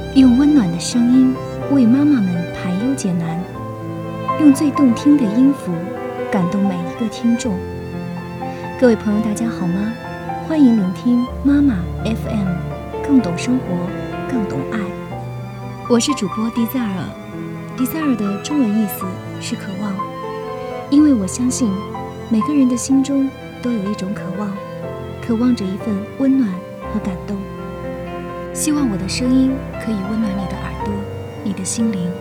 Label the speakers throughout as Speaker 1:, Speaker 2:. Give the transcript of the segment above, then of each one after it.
Speaker 1: 用温暖的声音为妈妈们排忧解难，用最动听的音符感动每一个听众。各位朋友大家好吗？欢迎聆听妈妈 FM， 更懂生活，更懂爱。我是主播 Desire 的中文意思是渴望，因为我相信每个人的心中都有一种渴望，渴望着一份温暖和感动。希望我的声音可以温暖你的耳朵，你的心灵。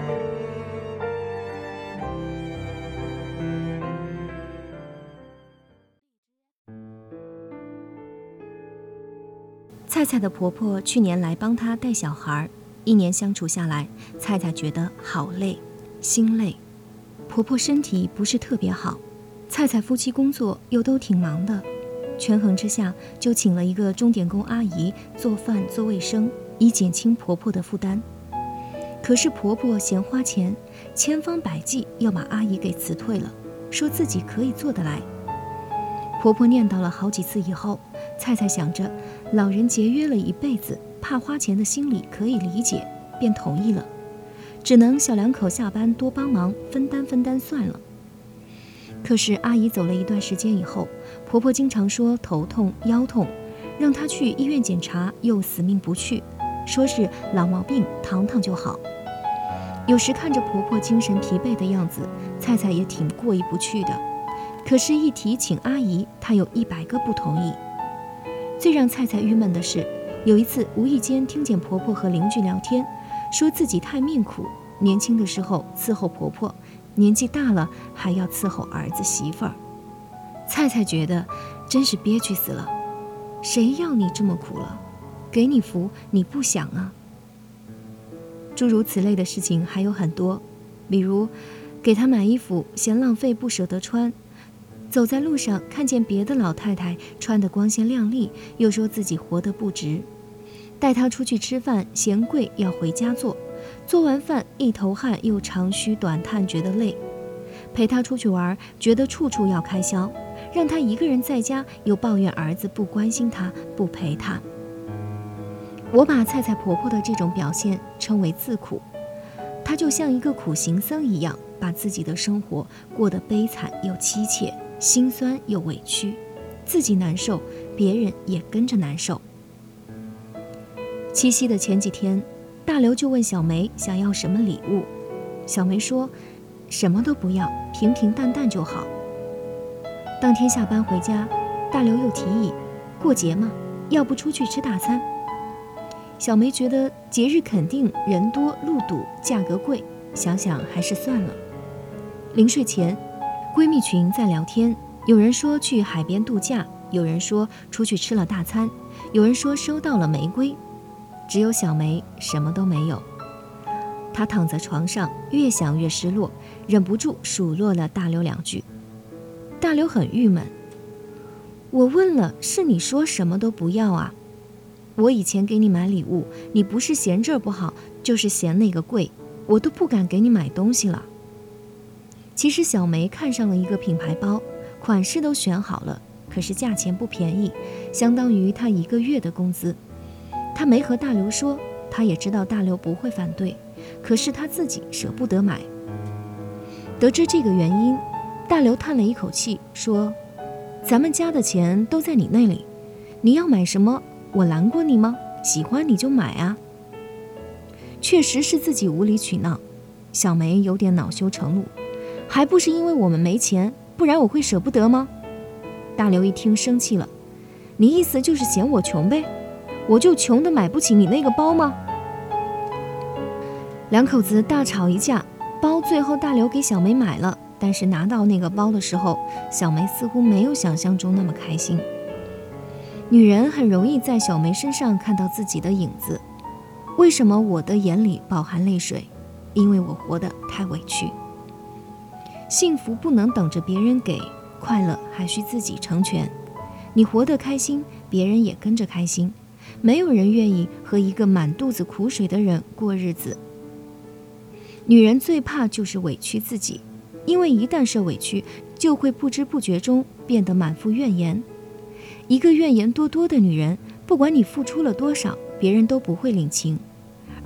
Speaker 1: 菜菜的婆婆去年来帮她带小孩，1年相处下来，菜菜觉得好累，心累。婆婆身体不是特别好，菜菜夫妻工作又都挺忙的，权衡之下就请了一个钟点工阿姨做饭做卫生，以减轻婆婆的负担。可是婆婆嫌花钱，千方百计要把阿姨给辞退了，说自己可以做得来。婆婆念叨了好几次以后，菜菜想着老人节约了一辈子，怕花钱的心理可以理解，便同意了，只能小两口下班多帮忙分担算了。可是阿姨走了一段时间以后，婆婆经常说头痛腰痛，让她去医院检查，又死命不去，说是老毛病躺躺就好。有时看着婆婆精神疲惫的样子，菜菜也挺过意不去的，可是一提请阿姨，她有100个不同意。最让菜菜郁闷的是，有一次无意间听见婆婆和邻居聊天，说自己太命苦，年轻的时候伺候婆婆，年纪大了还要伺候儿子媳妇儿。菜菜觉得真是憋屈死了，谁要你这么苦了？给你福你不想啊？诸如此类的事情还有很多，比如给她买衣服嫌浪费不舍得穿，走在路上看见别的老太太穿得光鲜亮丽，又说自己活得不值；带她出去吃饭嫌贵要回家做，做完饭一头汗又长吁短叹觉得累；陪她出去玩觉得处处要开销，让她一个人在家又抱怨儿子不关心她不陪她。我把菜菜婆婆的这种表现称为自苦，她就像一个苦行僧一样，把自己的生活过得悲惨又凄切，心酸又委屈，自己难受，别人也跟着难受。七夕的前几天，大刘就问小梅想要什么礼物，小梅说什么都不要，平平淡淡就好。当天下班回家，大刘又提议过节嘛，要不出去吃大餐。小梅觉得节日肯定人多路堵价格贵，想想还是算了。临睡前，闺蜜群在聊天，有人说去海边度假，有人说出去吃了大餐，有人说收到了玫瑰，只有小梅什么都没有。她躺在床上，越想越失落，忍不住数落了大刘2句。大刘很郁闷，我问了，是你说什么都不要啊？我以前给你买礼物，你不是嫌这儿不好，就是嫌那个贵，我都不敢给你买东西了。其实小梅看上了一个品牌包，款式都选好了，可是价钱不便宜，相当于她1个月的工资。她没和大刘说，她也知道大刘不会反对，可是她自己舍不得买。得知这个原因，大刘叹了一口气说，咱们家的钱都在你那里，你要买什么我拦过你吗？喜欢你就买啊。确实是自己无理取闹，小梅有点恼羞成怒，还不是因为我们没钱，不然我会舍不得吗？大刘一听生气了，你意思就是嫌我穷呗？我就穷得买不起你那个包吗？两口子大吵一架，包最后大刘给小梅买了，但是拿到那个包的时候，小梅似乎没有想象中那么开心。女人很容易在小梅身上看到自己的影子。为什么我的眼里饱含泪水？因为我活得太委屈。幸福不能等着别人给，快乐还需自己成全。你活得开心，别人也跟着开心。没有人愿意和一个满肚子苦水的人过日子。女人最怕就是委屈自己，因为一旦受委屈，就会不知不觉中变得满腹怨言。一个怨言多多的女人，不管你付出了多少，别人都不会领情，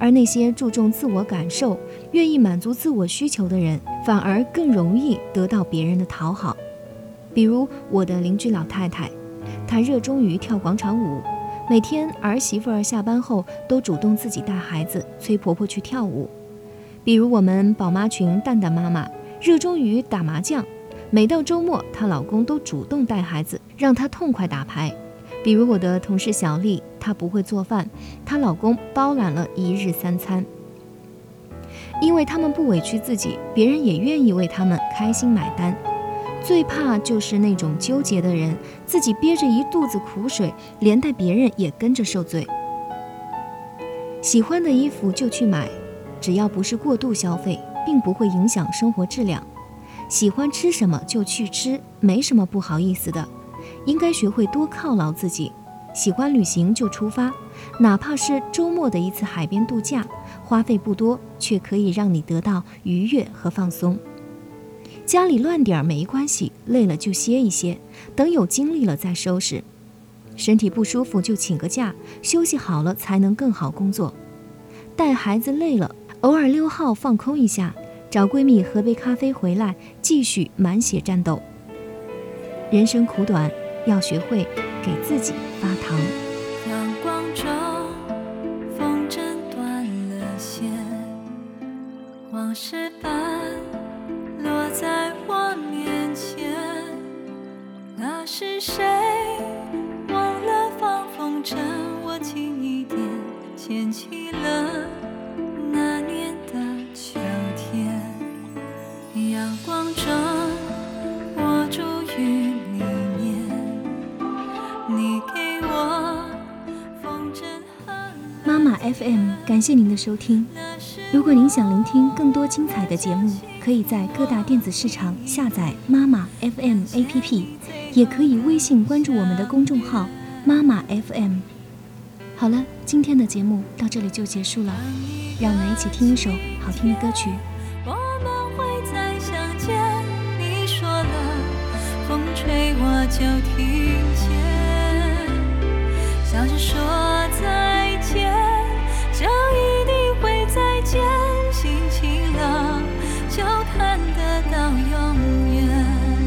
Speaker 1: 而那些注重自我感受、愿意满足自我需求的人，反而更容易得到别人的讨好。比如我的邻居老太太，她热衷于跳广场舞，每天儿媳妇儿下班后都主动自己带孩子催婆婆去跳舞。比如我们宝妈群蛋蛋妈妈，热衷于打麻将，每到周末她老公都主动带孩子让她痛快打牌。比如我的同事小丽，她不会做饭，她老公包揽了1日3餐。因为他们不委屈自己，别人也愿意为他们开心买单。最怕就是那种纠结的人，自己憋着一肚子苦水，连带别人也跟着受罪。喜欢的衣服就去买，只要不是过度消费，并不会影响生活质量。喜欢吃什么就去吃，没什么不好意思的。应该学会多犒劳自己，喜欢旅行就出发，哪怕是周末的一次海边度假，花费不多，却可以让你得到愉悦和放松。家里乱点没关系，累了就歇一歇，等有精力了再收拾。身体不舒服就请个假，休息好了才能更好工作。带孩子累了，偶尔溜号放空一下，找闺蜜喝杯咖啡回来，继续满血战斗。人生苦短，要学会给自己发糖。
Speaker 2: 阳光中，风筝断了线，往事般落在我面前。那是谁忘了放风筝？我轻一点牵起了那年的秋天。阳光中，我住于里面，你给我风筝和
Speaker 1: 妈妈 FM， 感谢您的收听。如果您想聆听更多精彩的节目，可以在各大电子市场下载妈妈 FM APP， 也可以微信关注我们的公众号妈妈 FM。 好了，今天的节目到这里就结束了，让我们一起听一首好听的歌曲。
Speaker 2: 我们会再相见，你说了，风吹我就听见，笑着说再见，就一定会再见，心情了就看得到永远。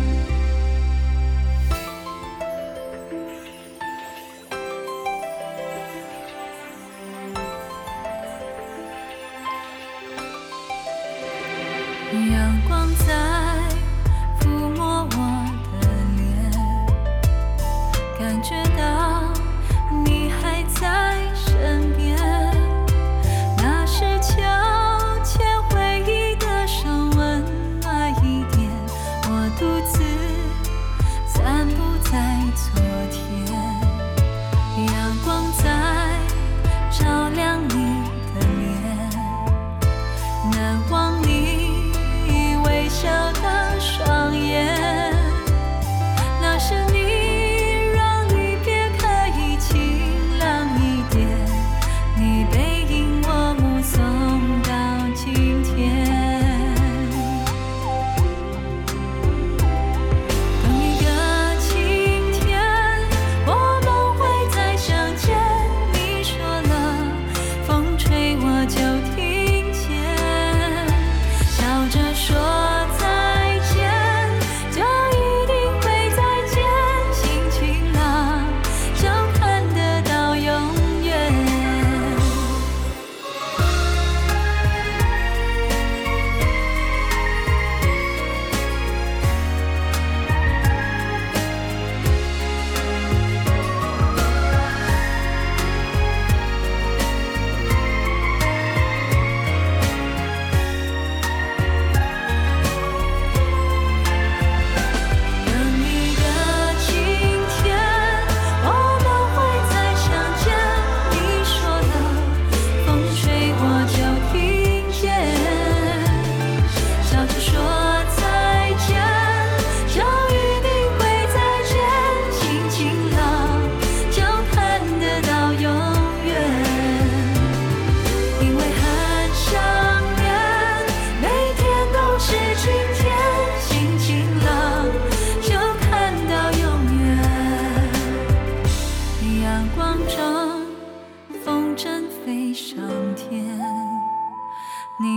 Speaker 2: 阳光在抚摸我的脸，感觉到你还在身边，那是悄牵回忆的手，温暖一点，我独自散步在昨天。阳光在照亮你的脸，难忘你微笑的双眼，那是你让离别开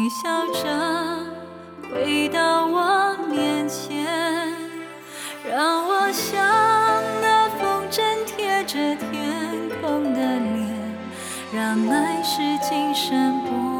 Speaker 2: 你笑着回到我面前，让我像那风筝贴着天空的脸，让爱是今生不